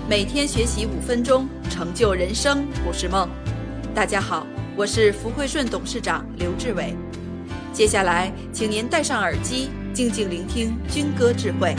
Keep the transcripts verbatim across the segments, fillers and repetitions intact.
每天学习五分钟，成就人生不是梦。大家好，我是福汇顺董事长刘志伟。接下来，请您戴上耳机，静静聆听军歌智慧。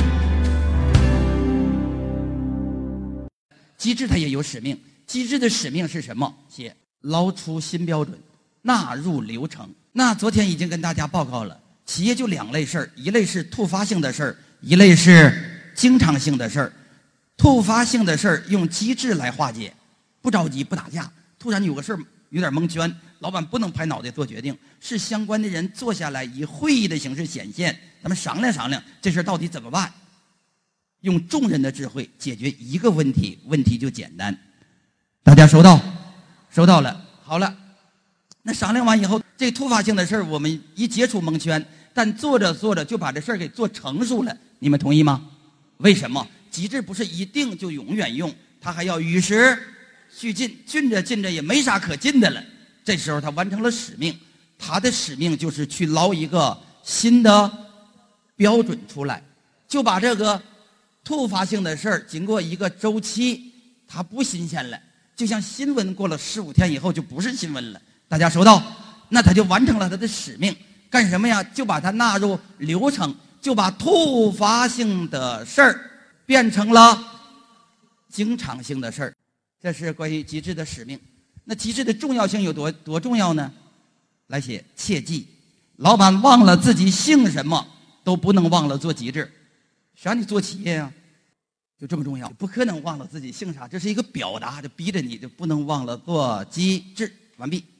机制它也有使命，机制的使命是什么？写捞出新标准，纳入流程。那昨天已经跟大家报告了，企业就两类事儿，一类是突发性的事儿，一类是经常性的事儿。突发性的事儿用机制来化解，不着急不打架。突然有个事儿有点蒙圈，老板不能拍脑袋做决定，是相关的人坐下来以会议的形式显现，咱们商量商量这事儿到底怎么办。用众人的智慧解决一个问题，问题就简单。大家收到？收到了。好了，那商量完以后，这突发性的事儿我们一解除蒙圈，但做着做着就把这事儿给做成熟了。你们同意吗？为什么？机制不是一定就永远用，它还要与时俱进，进着进着也没啥可进的了。这时候他完成了使命，他的使命就是去捞一个新的标准出来，就把这个突发性的事儿经过一个周期，它不新鲜了，就像新闻过了十五天以后就不是新闻了。大家收到？那他就完成了他的使命，干什么呀？就把它纳入流程，就把突发性的事儿变成了经常性的事儿。这是关于机制的使命。那机制的重要性有多多重要呢？来写，切记，老板忘了自己姓什么，都不能忘了做机制。谁让你做企业呀？就这么重要，不可能忘了自己姓啥，这是一个表达，就逼着你就不能忘了做机制。完毕。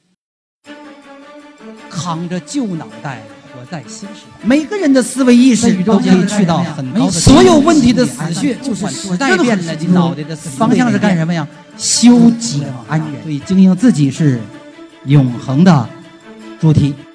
扛着旧脑袋活在新时代， 每个人的思维意识都可以去到很高的所有问题的死穴就是时代变了，你脑袋的方向是干什么呀？ 修己安人，所以经营自己是永恒的主题。